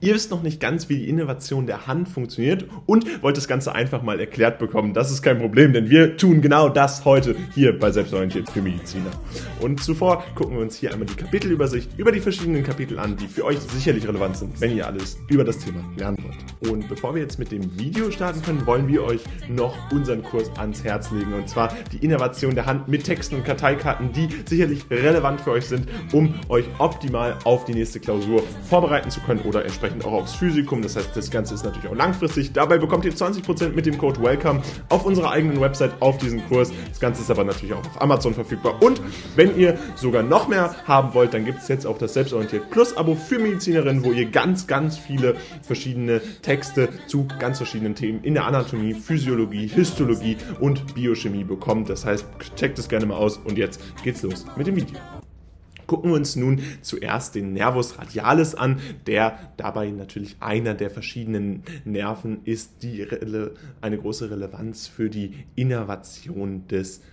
Ihr wisst noch nicht ganz, wie die Innervation der Hand funktioniert und wollt das Ganze einfach mal erklärt bekommen. Das ist kein Problem, denn wir tun genau das heute hier bei Selbstorientiert für Mediziner. Und zuvor gucken wir uns hier einmal die Kapitelübersicht über die verschiedenen Kapitel an, die für euch sicherlich relevant sind, wenn ihr alles über das Thema lernen wollt. Und bevor wir jetzt mit dem Video starten können, wollen wir euch noch unseren Kurs ans Herz legen. Und zwar die Innervation der Hand mit Texten und Karteikarten, die sicherlich relevant für euch sind, um euch optimal auf die nächste Klausur vorbereiten zu können oder entsprechend auch aufs Physikum. Das heißt, das Ganze ist natürlich auch langfristig. Dabei bekommt ihr 20% mit dem Code WELCOME auf unserer eigenen Website auf diesen Kurs. Das Ganze ist aber natürlich auch auf Amazon verfügbar. Und wenn ihr sogar noch mehr haben wollt, dann gibt es jetzt auch das Selbstorientiert Plus Abo für Medizinerinnen, wo ihr ganz viele verschiedene Texte zu ganz verschiedenen Themen in der Anatomie, Physiologie, Histologie und Biochemie bekommt. Das heißt, checkt es gerne mal aus und jetzt geht's los mit dem Video. Gucken wir uns nun zuerst den Nervus radialis an, der dabei natürlich einer der verschiedenen Nerven ist, die eine große Relevanz für die Innervation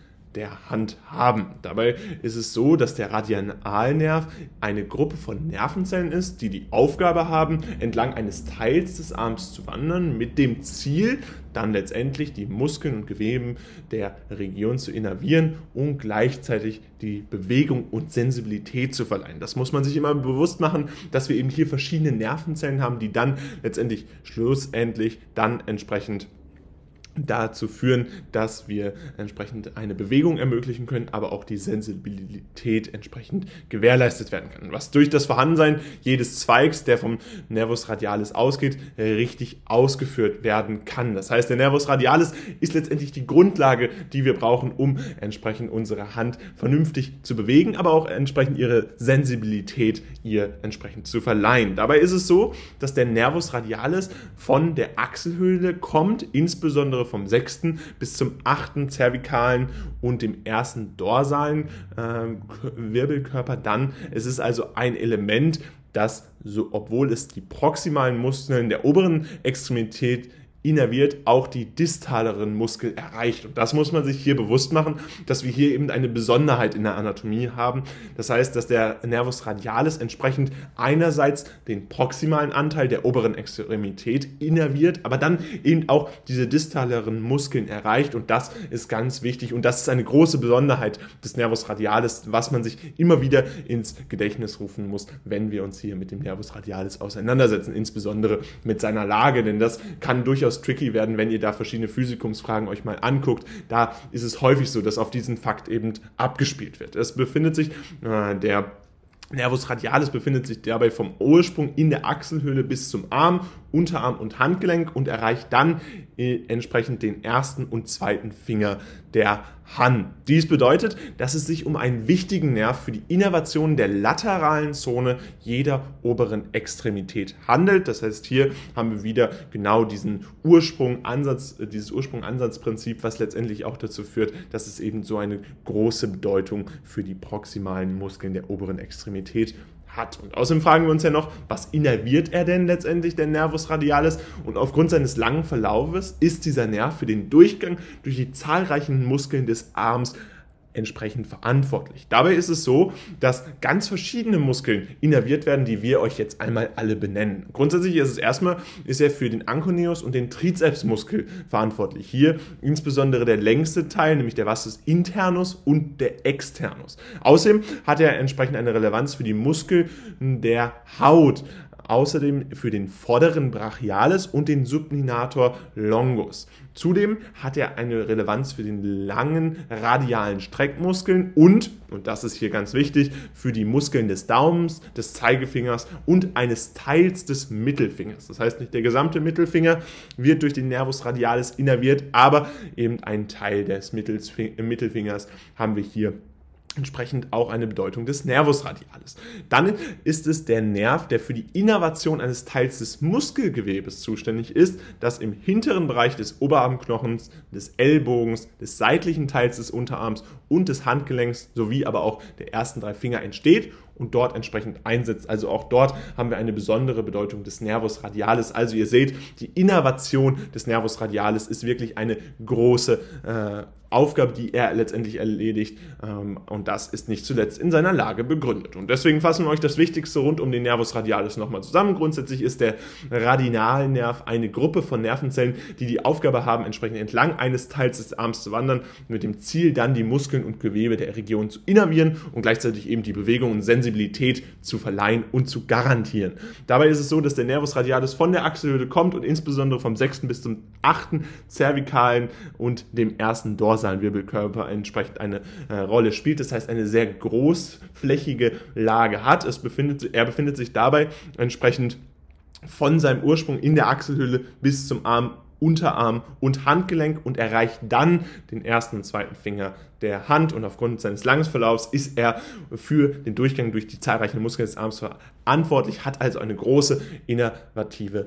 der Hand haben. Dabei ist es so, dass der Radialnerv eine Gruppe von Nervenzellen ist, die die Aufgabe haben, entlang eines Teils des Arms zu wandern, mit dem Ziel, dann letztendlich die Muskeln und Geweben der Region zu innervieren und gleichzeitig die Bewegung und Sensibilität zu verleihen. Das muss man sich immer bewusst machen, dass wir eben hier verschiedene Nervenzellen haben, die dann letztendlich schlussendlich dann entsprechend dazu führen, dass wir entsprechend eine Bewegung ermöglichen können, aber auch die Sensibilität entsprechend gewährleistet werden kann. Was durch das Vorhandensein jedes Zweigs, der vom Nervus radialis ausgeht, richtig ausgeführt werden kann. Das heißt, der Nervus radialis ist letztendlich die Grundlage, die wir brauchen, um entsprechend unsere Hand vernünftig zu bewegen, aber auch entsprechend ihre Sensibilität ihr entsprechend zu verleihen. Dabei ist es so, dass der Nervus radialis von der Achselhöhle kommt, insbesondere vom 6. bis zum 8. zervikalen und dem 1. dorsalen Wirbelkörper dann. Es ist also ein Element, das, so, obwohl es die proximalen Muskeln der oberen Extremität innerviert, auch die distaleren Muskel erreicht. Und das muss man sich hier bewusst machen, dass wir hier eben eine Besonderheit in der Anatomie haben. Das heißt, dass der Nervus radialis entsprechend einerseits den proximalen Anteil der oberen Extremität innerviert, aber dann eben auch diese distaleren Muskeln erreicht. Und das ist ganz wichtig. Und das ist eine große Besonderheit des Nervus radialis, was man sich immer wieder ins Gedächtnis rufen muss, wenn wir uns hier mit dem Nervus radialis auseinandersetzen, insbesondere mit seiner Lage, denn das kann durchaus tricky werden, wenn ihr da verschiedene Physikumsfragen euch mal anguckt. Da ist es häufig so, dass auf diesen Fakt eben abgespielt wird. Es befindet sich der Nervus radialis befindet sich dabei vom Ursprung in der Achselhöhle bis zum Arm, Unterarm und Handgelenk und erreicht dann entsprechend den 1. und 2. Finger der Hand. Dies bedeutet, dass es sich um einen wichtigen Nerv für die Innervation der lateralen Zone jeder oberen Extremität handelt. Das heißt, hier haben wir wieder genau diesen dieses Ursprung-Ansatz-Prinzip, was letztendlich auch dazu führt, dass es eben so eine große Bedeutung für die proximalen Muskeln der oberen Extremität hat. Und außerdem fragen wir uns ja noch, was innerviert er denn letztendlich, der Nervus radialis? Und aufgrund seines langen Verlaufes ist dieser Nerv für den Durchgang durch die zahlreichen Muskeln des Arms entsprechend verantwortlich. Dabei ist es so, dass ganz verschiedene Muskeln innerviert werden, die wir euch jetzt einmal alle benennen. Grundsätzlich ist er für den Anconeus und den Trizepsmuskel verantwortlich. Hier insbesondere der längste Teil, nämlich der Vastus internus und der externus. Außerdem hat er entsprechend eine Relevanz für die Muskeln der Haut. Außerdem für den vorderen Brachialis und den Supinator longus. Zudem hat er eine Relevanz für den langen radialen Streckmuskeln und das ist hier ganz wichtig, für die Muskeln des Daumens, des Zeigefingers und eines Teils des Mittelfingers. Das heißt, nicht der gesamte Mittelfinger wird durch den Nervus radialis innerviert, aber eben ein Teil des Mittelfingers haben wir hier entsprechend auch eine Bedeutung des Nervus radialis. Dann ist es der Nerv, der für die Innervation eines Teils des Muskelgewebes zuständig ist, das im hinteren Bereich des Oberarmknochens, des Ellbogens, des seitlichen Teils des Unterarms und des Handgelenks sowie aber auch der ersten 3 Finger entsteht und dort entsprechend einsetzt. Also auch dort haben wir eine besondere Bedeutung des Nervus radialis. Also ihr seht, die Innervation des Nervus radialis ist wirklich eine große Aufgabe, die er letztendlich erledigt, und das ist nicht zuletzt in seiner Lage begründet. Und deswegen fassen wir euch das Wichtigste rund um den Nervus radialis nochmal zusammen. Grundsätzlich ist der Radialnerv eine Gruppe von Nervenzellen, die die Aufgabe haben, entsprechend entlang eines Teils des Arms zu wandern, mit dem Ziel dann die Muskeln und Gewebe der Region zu innervieren und gleichzeitig eben die Bewegung und Sensibilität zu verleihen und zu garantieren. Dabei ist es so, dass der Nervus radialis von der Achselhöhle kommt und insbesondere vom 6. bis zum 8. Zervikalen und dem 1. dorsalen Wirbelkörper entsprechend eine Rolle spielt. Das heißt, eine sehr großflächige Lage hat. Er befindet sich dabei entsprechend von seinem Ursprung in der Achselhöhle bis zum Arm, Unterarm und Handgelenk und erreicht dann den 1. und 2. Finger der Hand, und aufgrund seines Langungsverlaufs ist er für den Durchgang durch die zahlreichen Muskeln des Arms verantwortlich, hat also eine große innervative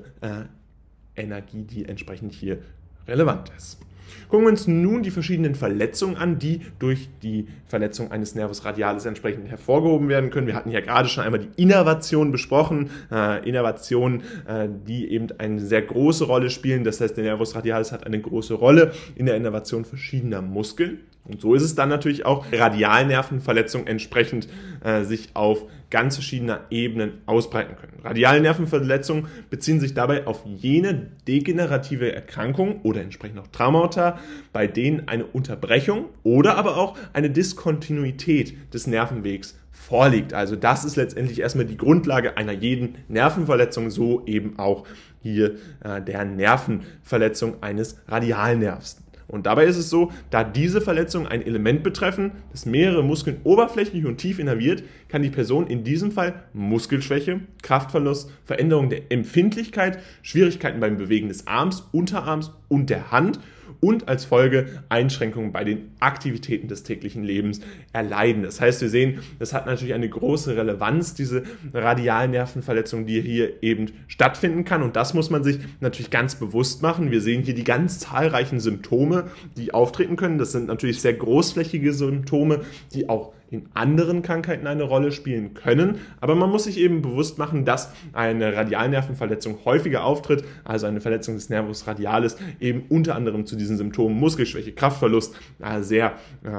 Energie, die entsprechend hier relevant ist. Gucken wir uns nun die verschiedenen Verletzungen an, die durch die Verletzung eines Nervus radialis entsprechend hervorgehoben werden können. Wir hatten ja gerade schon einmal die Innervation besprochen, Innervationen, die eben eine sehr große Rolle spielen. Das heißt, der Nervus radialis hat eine große Rolle in der Innervation verschiedener Muskeln. Und so ist es dann natürlich auch, Radialnervenverletzungen entsprechend sich auf ganz verschiedener Ebenen ausbreiten können. Radialnervenverletzungen beziehen sich dabei auf jene degenerative Erkrankungen oder entsprechend auch Traumata, bei denen eine Unterbrechung oder aber auch eine Diskontinuität des Nervenwegs vorliegt. Also das ist letztendlich erstmal die Grundlage einer jeden Nervenverletzung, so eben auch hier der Nervenverletzung eines Radialnervs. Und dabei ist es so, da diese Verletzungen ein Element betreffen, das mehrere Muskeln oberflächlich und tief innerviert, kann die Person in diesem Fall Muskelschwäche, Kraftverlust, Veränderung der Empfindlichkeit, Schwierigkeiten beim Bewegen des Arms, Unterarms und der Hand und als Folge Einschränkungen bei den Aktivitäten des täglichen Lebens erleiden. Das heißt, wir sehen, das hat natürlich eine große Relevanz, diese Radialnervenverletzung, die hier eben stattfinden kann, und das muss man sich natürlich ganz bewusst machen. Wir sehen hier die ganz zahlreichen Symptome, die auftreten können. Das sind natürlich sehr großflächige Symptome, die auch in anderen Krankheiten eine Rolle spielen können, aber man muss sich eben bewusst machen, dass eine Radialnervenverletzung häufiger auftritt, also eine Verletzung des Nervus radialis eben unter anderem zu diesen Symptomen Muskelschwäche, Kraftverlust sehr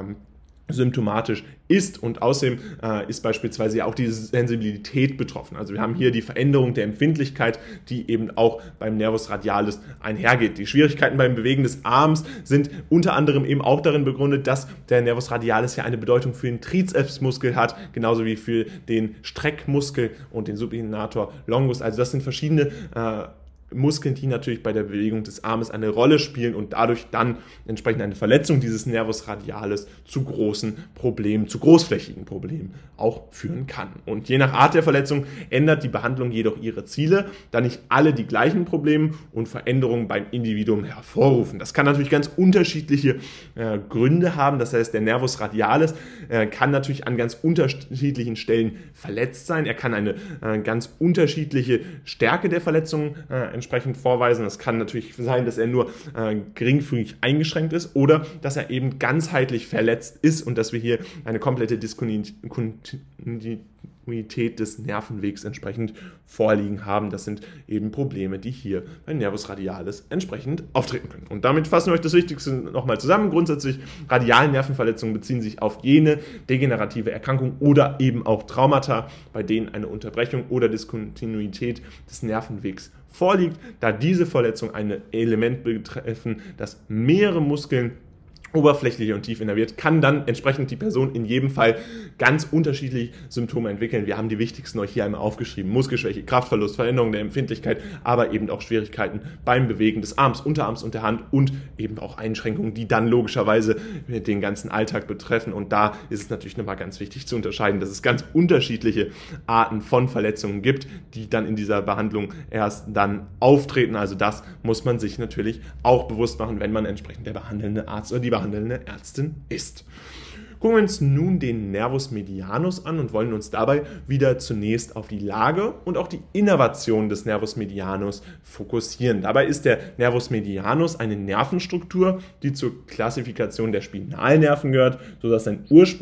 symptomatisch ist, und außerdem ist beispielsweise auch die Sensibilität betroffen. Also wir haben hier die Veränderung der Empfindlichkeit, die eben auch beim Nervus radialis einhergeht. Die Schwierigkeiten beim Bewegen des Arms sind unter anderem eben auch darin begründet, dass der Nervus radialis ja eine Bedeutung für den Trizepsmuskel hat, genauso wie für den Streckmuskel und den Supinator longus. Also das sind verschiedene Muskeln, die natürlich bei der Bewegung des Armes eine Rolle spielen und dadurch dann entsprechend eine Verletzung dieses Nervus radialis zu großen Problemen, zu großflächigen Problemen auch führen kann. Und je nach Art der Verletzung ändert die Behandlung jedoch ihre Ziele, da nicht alle die gleichen Probleme und Veränderungen beim Individuum hervorrufen. Das kann natürlich ganz unterschiedliche Gründe haben. Das heißt, der Nervus radialis kann natürlich an ganz unterschiedlichen Stellen verletzt sein. Er kann eine ganz unterschiedliche Stärke der Verletzung entsprechend vorweisen. Es kann natürlich sein, dass er nur geringfügig eingeschränkt ist oder dass er eben ganzheitlich verletzt ist und dass wir hier eine komplette Diskontinuität des Nervenwegs entsprechend vorliegen haben. Das sind eben Probleme, die hier bei Nervus radialis entsprechend auftreten können. Und damit fassen wir euch das Wichtigste nochmal zusammen. Grundsätzlich, Radialnervenverletzungen beziehen sich auf jene degenerative Erkrankung oder eben auch Traumata, bei denen eine Unterbrechung oder Diskontinuität des Nervenwegs vorliegt, da diese Verletzungen ein Element betreffen, das mehrere Muskeln oberflächlich und tief innerviert, kann dann entsprechend die Person in jedem Fall ganz unterschiedliche Symptome entwickeln. Wir haben die wichtigsten euch hier einmal aufgeschrieben. Muskelschwäche, Kraftverlust, Veränderung der Empfindlichkeit, aber eben auch Schwierigkeiten beim Bewegen des Arms, Unterarms und der Hand und eben auch Einschränkungen, die dann logischerweise den ganzen Alltag betreffen. Und da ist es natürlich nochmal ganz wichtig zu unterscheiden, dass es ganz unterschiedliche Arten von Verletzungen gibt, die dann in dieser Behandlung erst dann auftreten. Also das muss man sich natürlich auch bewusst machen, wenn man entsprechend der behandelnde Arzt oder die behandelnde Ärztin ist. Gucken wir uns nun den Nervus medianus an und wollen uns dabei wieder zunächst auf die Lage und auch die Innervation des Nervus medianus fokussieren. Dabei ist der Nervus medianus eine Nervenstruktur, die zur Klassifikation der Spinalnerven gehört, sodass sein Ursprung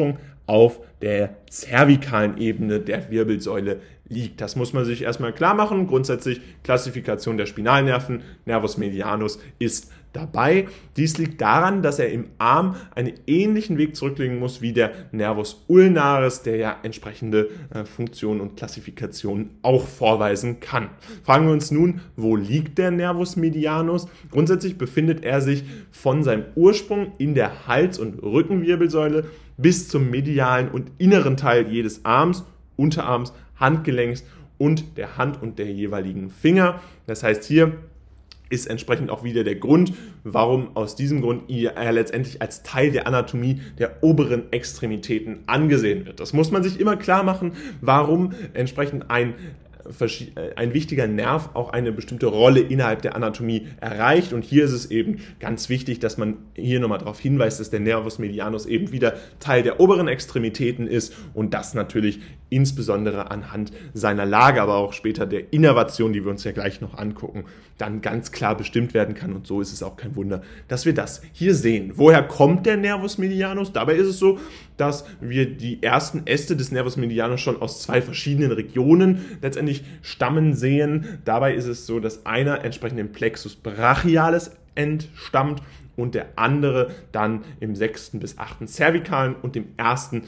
auf der zervikalen Ebene der Wirbelsäule liegt. Das muss man sich erstmal klar machen. Grundsätzlich Klassifikation der Spinalnerven, Nervus medianus ist dabei. Dies liegt daran, dass er im Arm einen ähnlichen Weg zurücklegen muss wie der Nervus ulnaris, der ja entsprechende Funktionen und Klassifikationen auch vorweisen kann. Fragen wir uns nun, wo liegt der Nervus medianus? Grundsätzlich befindet er sich von seinem Ursprung in der Hals- und Rückenwirbelsäule bis zum medialen und inneren Teil jedes Arms, Unterarms, Handgelenks und der Hand und der jeweiligen Finger. Das heißt, hier ist entsprechend auch wieder der Grund, warum aus diesem Grund er letztendlich als Teil der Anatomie der oberen Extremitäten angesehen wird. Das muss man sich immer klar machen, warum entsprechend ein wichtiger Nerv auch eine bestimmte Rolle innerhalb der Anatomie erreicht. Und hier ist es eben ganz wichtig, dass man hier nochmal darauf hinweist, dass der Nervus medianus eben wieder Teil der oberen Extremitäten ist und das natürlich insbesondere anhand seiner Lage, aber auch später der Innervation, die wir uns ja gleich noch angucken, dann ganz klar bestimmt werden kann. Und so ist es auch kein Wunder, dass wir das hier sehen. Woher kommt der Nervus medianus? Dabei ist es so, dass wir die ersten Äste des Nervus medianus schon aus zwei verschiedenen Regionen letztendlich stammen sehen. Dabei ist es so, dass einer entsprechend im Plexus brachialis entstammt und der andere dann im 6. bis 8. Zervikalen und der ersten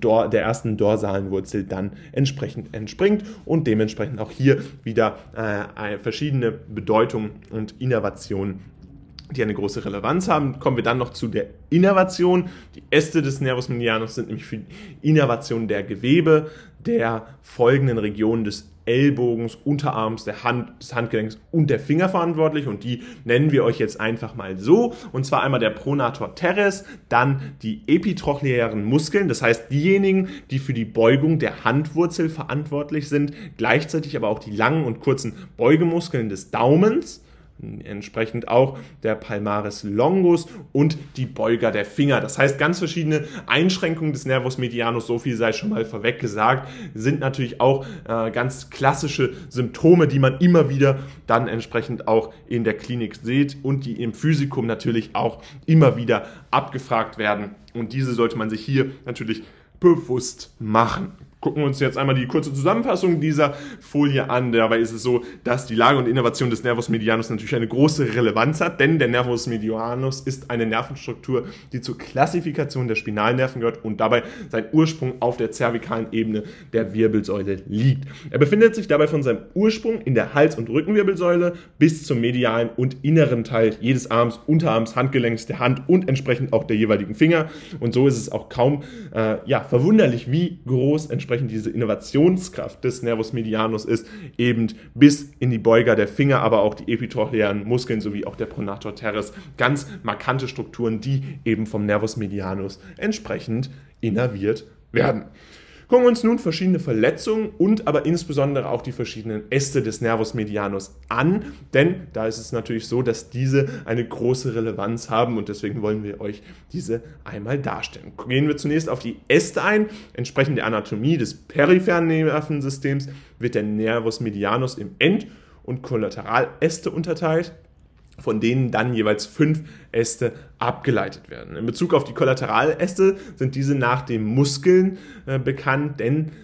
dorsalen Wurzel dann entsprechend entspringt und dementsprechend auch hier wieder verschiedene Bedeutungen und Innervationen, die eine große Relevanz haben. Kommen wir dann noch zu der Innervation. Die Äste des Nervus medianus sind nämlich für die Innervation der Gewebe der folgenden Regionen des Ellbogens, Unterarms, der Hand, des Handgelenks und der Finger verantwortlich und die nennen wir euch jetzt einfach mal so, und zwar einmal der Pronator teres, dann die epitrochleären Muskeln, das heißt diejenigen, die für die Beugung der Handwurzel verantwortlich sind, gleichzeitig aber auch die langen und kurzen Beugemuskeln des Daumens, entsprechend auch der Palmaris longus und die Beuger der Finger. Das heißt, ganz verschiedene Einschränkungen des Nervus medianus, so viel sei schon mal vorweg gesagt, sind natürlich auch ganz klassische Symptome, die man immer wieder dann entsprechend auch in der Klinik sieht und die im Physikum natürlich auch immer wieder abgefragt werden. Und diese sollte man sich hier natürlich bewusst machen. Gucken wir uns jetzt einmal die kurze Zusammenfassung dieser Folie an. Dabei ist es so, dass die Lage und Innervation des Nervus medianus natürlich eine große Relevanz hat, denn der Nervus medianus ist eine Nervenstruktur, die zur Klassifikation der Spinalnerven gehört und dabei sein Ursprung auf der zervikalen Ebene der Wirbelsäule liegt. Er befindet sich dabei von seinem Ursprung in der Hals- und Rückenwirbelsäule bis zum medialen und inneren Teil jedes Arms, Unterarms, Handgelenks, der Hand und entsprechend auch der jeweiligen Finger. Und so ist es auch kaum verwunderlich, wie groß entsprechend diese Innovationskraft des Nervus medianus ist, eben bis in die Beuger der Finger, aber auch die epitrochleären Muskeln sowie auch der Pronator teres, ganz markante Strukturen, die eben vom Nervus medianus entsprechend innerviert werden. Gucken wir uns nun verschiedene Verletzungen und aber insbesondere auch die verschiedenen Äste des Nervus medianus an, denn da ist es natürlich so, dass diese eine große Relevanz haben und deswegen wollen wir euch diese einmal darstellen. Gehen wir zunächst auf die Äste ein. Entsprechend der Anatomie des peripheren Nervensystems wird der Nervus medianus in End- und Kollateraläste unterteilt, von denen dann jeweils 5 Äste abgeleitet werden. In Bezug auf die Kollateraläste sind diese nach den Muskeln bekannt,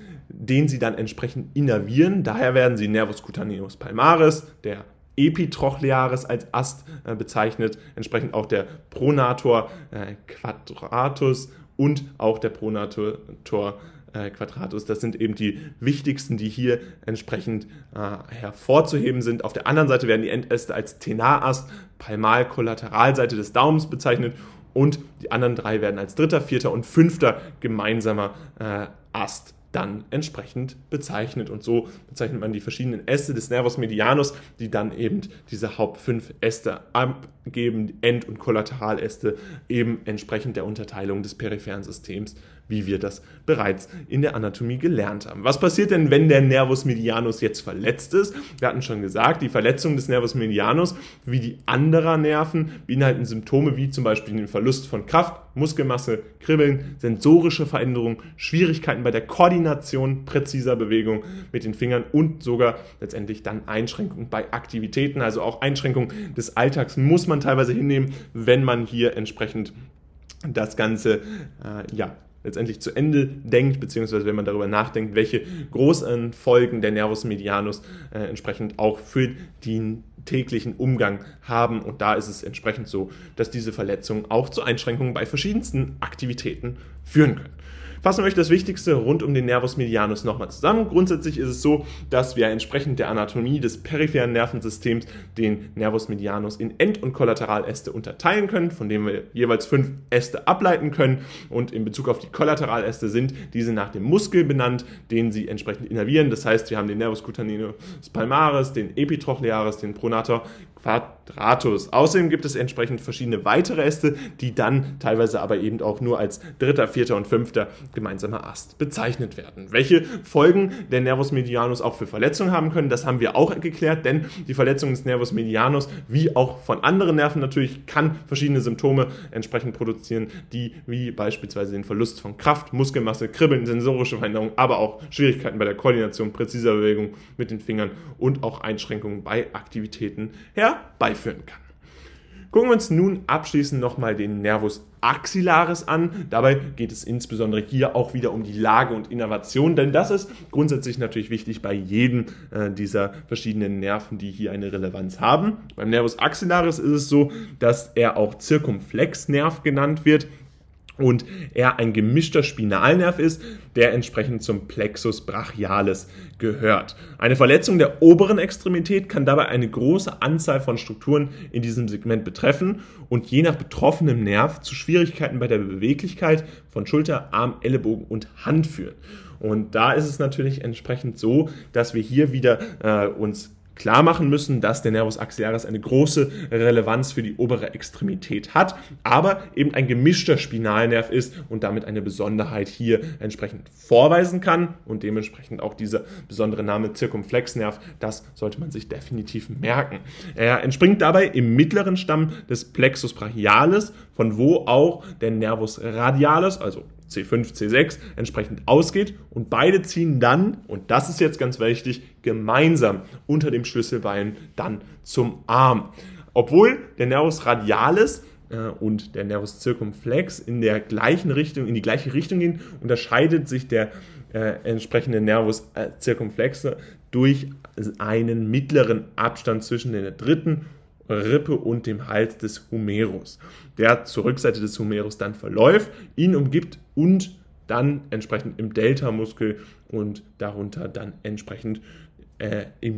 den sie dann entsprechend innervieren. Daher werden sie Nervus cutaneus palmaris, der epitrochlearis als Ast bezeichnet, entsprechend auch der Pronator quadratus und auch der Pronator quadratus. Das sind eben die wichtigsten, die hier entsprechend hervorzuheben sind. Auf der anderen Seite werden die Endäste als Tenarast, Palmal-Kollateralseite des Daumens bezeichnet und die anderen 3 werden als 3., 4. und 5. gemeinsamer Ast dann entsprechend bezeichnet. Und so bezeichnet man die verschiedenen Äste des Nervus medianus, die dann eben diese Haupt 5 Äste abgeben, die End- und Kollateraläste eben entsprechend der Unterteilung des peripheren Systems, wie wir das bereits in der Anatomie gelernt haben. Was passiert denn, wenn der Nervus medianus jetzt verletzt ist? Wir hatten schon gesagt, die Verletzung des Nervus medianus wie die anderer Nerven beinhalten Symptome wie zum Beispiel den Verlust von Kraft, Muskelmasse, Kribbeln, sensorische Veränderungen, Schwierigkeiten bei der Koordination präziser Bewegung mit den Fingern und sogar letztendlich dann Einschränkungen bei Aktivitäten, also auch Einschränkungen des Alltags muss man teilweise hinnehmen, wenn man hier entsprechend das Ganze letztendlich zu Ende denkt, beziehungsweise wenn man darüber nachdenkt, welche großen Folgen der Nervus medianus entsprechend auch für den täglichen Umgang haben. Und da ist es entsprechend so, dass diese Verletzungen auch zu Einschränkungen bei verschiedensten Aktivitäten führen können. Fassen wir euch das Wichtigste rund um den Nervus medianus nochmal zusammen. Grundsätzlich ist es so, dass wir entsprechend der Anatomie des peripheren Nervensystems den Nervus medianus in End- und Kollateraläste unterteilen können, von denen wir jeweils 5 Äste ableiten können. Und in Bezug auf die Kollateraläste sind diese nach dem Muskel benannt, den sie entsprechend innervieren. Das heißt, wir haben den Nervus cutaneus palmaris, den epitrochlearis, den pronator quadratus. Außerdem gibt es entsprechend verschiedene weitere Äste, die dann teilweise aber eben auch nur als 3., 4. und 5. gemeinsamer Ast bezeichnet werden. Welche Folgen der Nervus medianus auch für Verletzungen haben können, das haben wir auch geklärt, denn die Verletzung des Nervus medianus, wie auch von anderen Nerven natürlich, kann verschiedene Symptome entsprechend produzieren, die wie beispielsweise den Verlust von Kraft, Muskelmasse, Kribbeln, sensorische Veränderungen, aber auch Schwierigkeiten bei der Koordination, präziser Bewegung mit den Fingern und auch Einschränkungen bei Aktivitäten herbeiführen kann. Gucken wir uns nun abschließend nochmal den Nervus axillaris an. Dabei geht es insbesondere hier auch wieder um die Lage und Innervation, denn das ist grundsätzlich natürlich wichtig bei jedem dieser verschiedenen Nerven, die hier eine Relevanz haben. Beim Nervus axillaris ist es so, dass er auch Zirkumflexnerv genannt wird und er ein gemischter Spinalnerv ist, der entsprechend zum Plexus brachialis gehört. Eine Verletzung der oberen Extremität kann dabei eine große Anzahl von Strukturen in diesem Segment betreffen und je nach betroffenem Nerv zu Schwierigkeiten bei der Beweglichkeit von Schulter, Arm, Ellenbogen und Hand führen. Und da ist es natürlich entsprechend so, dass wir hier wieder uns klar machen müssen, dass der Nervus axillaris eine große Relevanz für die obere Extremität hat, aber eben ein gemischter Spinalnerv ist und damit eine Besonderheit hier entsprechend vorweisen kann und dementsprechend auch dieser besondere Name Zirkumflexnerv, das sollte man sich definitiv merken. Er entspringt dabei im mittleren Stamm des Plexus brachialis, von wo auch der Nervus radialis, also C5, C6 entsprechend ausgeht und beide ziehen dann, und das ist jetzt ganz wichtig, gemeinsam unter dem Schlüsselbein dann zum Arm. Obwohl der Nervus radialis und der Nervus circumflex in die gleiche Richtung gehen, unterscheidet sich der entsprechende Nervus circumflex durch einen mittleren Abstand zwischen der dritten Rippe und dem Hals des Humerus, der zur Rückseite des Humerus dann verläuft, ihn umgibt und dann entsprechend im Deltamuskel und darunter dann entsprechend in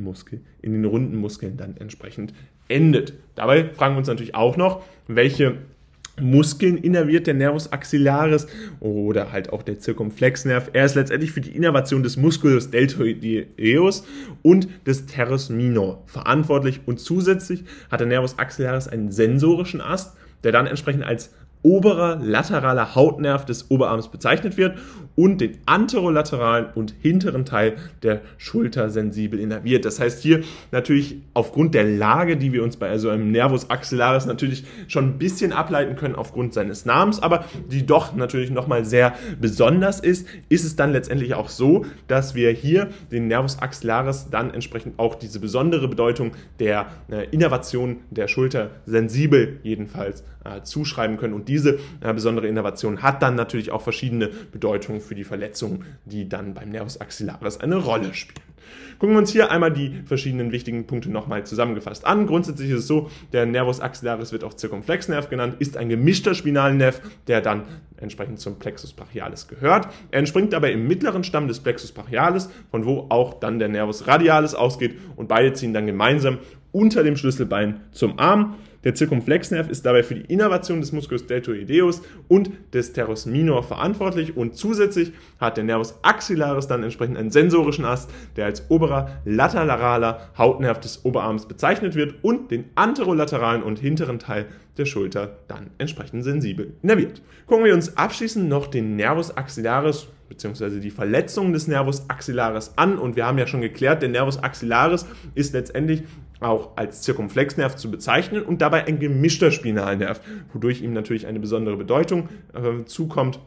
den runden Muskeln dann entsprechend endet. Dabei fragen wir uns natürlich auch noch, welche Muskeln innerviert der Nervus axillaris oder halt auch der Zirkumflexnerv. Er ist letztendlich für die Innervation des Musculus deltoideus und des Teres minor verantwortlich und zusätzlich hat der Nervus axillaris einen sensorischen Ast, der dann entsprechend als oberer lateraler Hautnerv des Oberarms bezeichnet wird und den anterolateralen und hinteren Teil der Schulter sensibel innerviert. Das heißt hier natürlich aufgrund der Lage, die wir uns bei so einem Nervus axillaris natürlich schon ein bisschen ableiten können aufgrund seines Namens, aber die doch natürlich nochmal sehr besonders ist es dann letztendlich auch so, dass wir hier den Nervus axillaris dann entsprechend auch diese besondere Bedeutung der Innervation der Schulter sensibel jedenfalls zuschreiben können. Und diese besondere Innervation hat dann natürlich auch verschiedene Bedeutungen für die Verletzungen, die dann beim Nervus axillaris eine Rolle spielen. Gucken wir uns hier einmal die verschiedenen wichtigen Punkte nochmal zusammengefasst an. Grundsätzlich ist es so, der Nervus axillaris wird auch Zirkumflexnerv genannt, ist ein gemischter Spinalnerv, der dann entsprechend zum Plexus brachialis gehört. Er entspringt dabei im mittleren Stamm des Plexus brachialis, von wo auch dann der Nervus radialis ausgeht und beide ziehen dann gemeinsam unter dem Schlüsselbein zum Arm. Der Zirkumflexnerv ist dabei für die Innervation des Musculus deltoideus und des Teres minor verantwortlich und zusätzlich hat der Nervus axillaris dann entsprechend einen sensorischen Ast, der als oberer lateraler Hautnerv des Oberarms bezeichnet wird und den anterolateralen und hinteren Teil der Schulter dann entsprechend sensibel innerviert. Gucken wir uns abschließend noch den Nervus axillaris bzw. die Verletzung des Nervus axillaris an und wir haben ja schon geklärt, der Nervus axillaris ist letztendlich auch als Zirkumflexnerv zu bezeichnen und dabei ein gemischter Spinalnerv, wodurch ihm natürlich eine besondere Bedeutung zukommt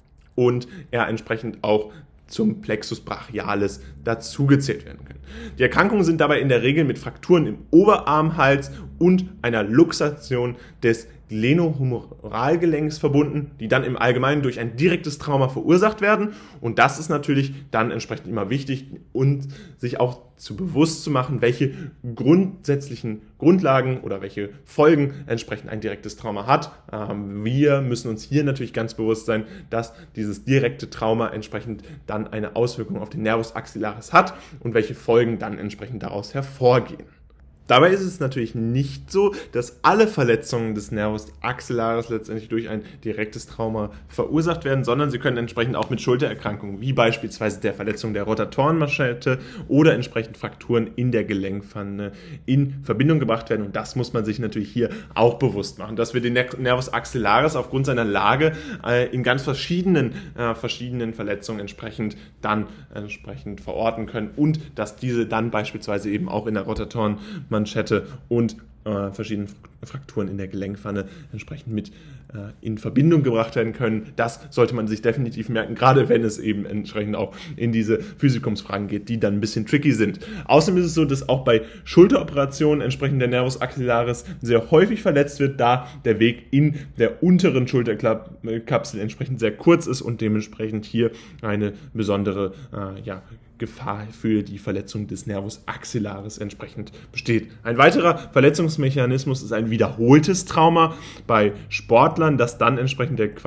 und er entsprechend auch zum Plexus brachialis dazugezählt werden können. Die Erkrankungen sind dabei in der Regel mit Frakturen im Oberarmhals und einer Luxation des Glenohumoralgelenks verbunden, die dann im Allgemeinen durch ein direktes Trauma verursacht werden. Und das ist natürlich dann entsprechend immer wichtig und sich auch bewusst zu machen, welche grundsätzlichen Grundlagen oder welche Folgen entsprechend ein direktes Trauma hat. Wir müssen uns hier natürlich ganz bewusst sein, dass dieses direkte Trauma entsprechend dann eine Auswirkung auf den Nervus axillaris hat und welche Folgen dann entsprechend daraus hervorgehen. Dabei ist es natürlich nicht so, dass alle Verletzungen des Nervus axillaris letztendlich durch ein direktes Trauma verursacht werden, sondern sie können entsprechend auch mit Schultererkrankungen, wie beispielsweise der Verletzung der Rotatorenmanschette oder entsprechend Frakturen in der Gelenkpfanne in Verbindung gebracht werden. Und das muss man sich natürlich hier auch bewusst machen, dass wir den Nervus axillaris aufgrund seiner Lage in ganz verschiedenen Verletzungen entsprechend verorten können und dass diese dann beispielsweise eben auch in der Rotatorenmanschette und verschiedenen Frakturen in der Gelenkpfanne entsprechend mit in Verbindung gebracht werden können. Das sollte man sich definitiv merken, gerade wenn es eben entsprechend auch in diese Physikumsfragen geht, die dann ein bisschen tricky sind. Außerdem ist es so, dass auch bei Schulteroperationen entsprechend der Nervus axillaris sehr häufig verletzt wird, da der Weg in der unteren Schulterkapsel entsprechend sehr kurz ist und dementsprechend hier eine besondere Gefahr für die Verletzung des Nervus axillaris entsprechend besteht. Ein weiterer Verletzungsmechanismus ist ein wiederholtes Trauma bei Sportlern, das dann entsprechend der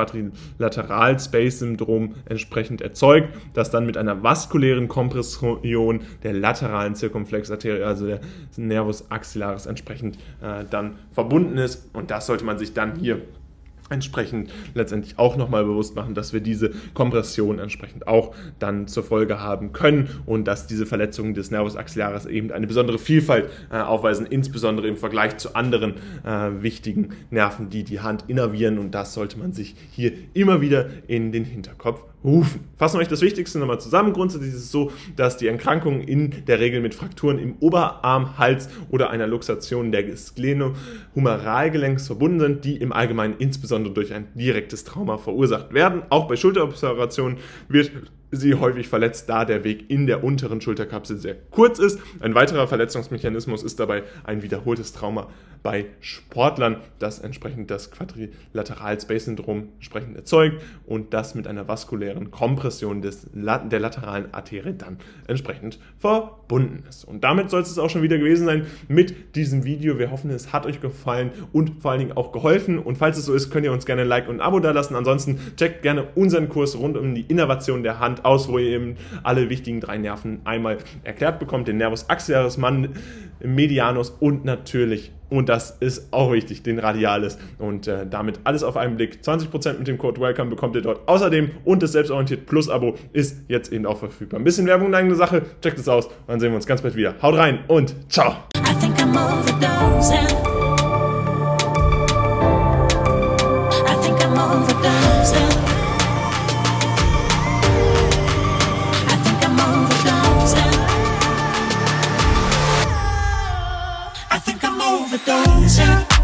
Quadrilateral-Space-Syndrom entsprechend erzeugt, das dann mit einer vaskulären Kompression der lateralen Zirkumflexarterie, also der Nervus axillaris entsprechend dann verbunden ist, und das sollte man sich dann hier entsprechend letztendlich auch nochmal bewusst machen, dass wir diese Kompression entsprechend auch dann zur Folge haben können und dass diese Verletzungen des Nervus axillaris eben eine besondere Vielfalt aufweisen, insbesondere im Vergleich zu anderen wichtigen Nerven, die die Hand innervieren, und das sollte man sich hier immer wieder in den Hinterkopf rufen. Fassen wir euch das Wichtigste nochmal zusammen. Grundsätzlich ist es so, dass die Erkrankungen in der Regel mit Frakturen im Oberarm, Hals oder einer Luxation des Glenohumeralgelenks verbunden sind, die im Allgemeinen insbesondere durch ein direktes Trauma verursacht werden. Auch bei Schulteroperationen wird sie häufig verletzt, da der Weg in der unteren Schulterkapsel sehr kurz ist. Ein weiterer Verletzungsmechanismus ist dabei ein wiederholtes Trauma bei Sportlern, das entsprechend das Quadrilateral-Space-Syndrom entsprechend erzeugt und das mit einer vaskulären Kompression der lateralen Arterie dann entsprechend verbunden ist. Und damit soll es auch schon wieder gewesen sein mit diesem Video. Wir hoffen, es hat euch gefallen und vor allen Dingen auch geholfen. Und falls es so ist, könnt ihr uns gerne ein Like und ein Abo da lassen. Ansonsten checkt gerne unseren Kurs rund um die Innervation der Hand aus, wo ihr eben alle wichtigen 3 Nerven einmal erklärt bekommt, den Nervus axillaris, medianus und natürlich, und das ist auch wichtig, den Radialis, und damit alles auf einen Blick. 20% mit dem Code WELCOME bekommt ihr dort außerdem, und das Selbstorientiert Plus Abo ist jetzt eben auch verfügbar. Ein bisschen Werbung in eigener Sache, checkt es aus, und dann sehen wir uns ganz bald wieder. Haut rein und ciao! Overdosing.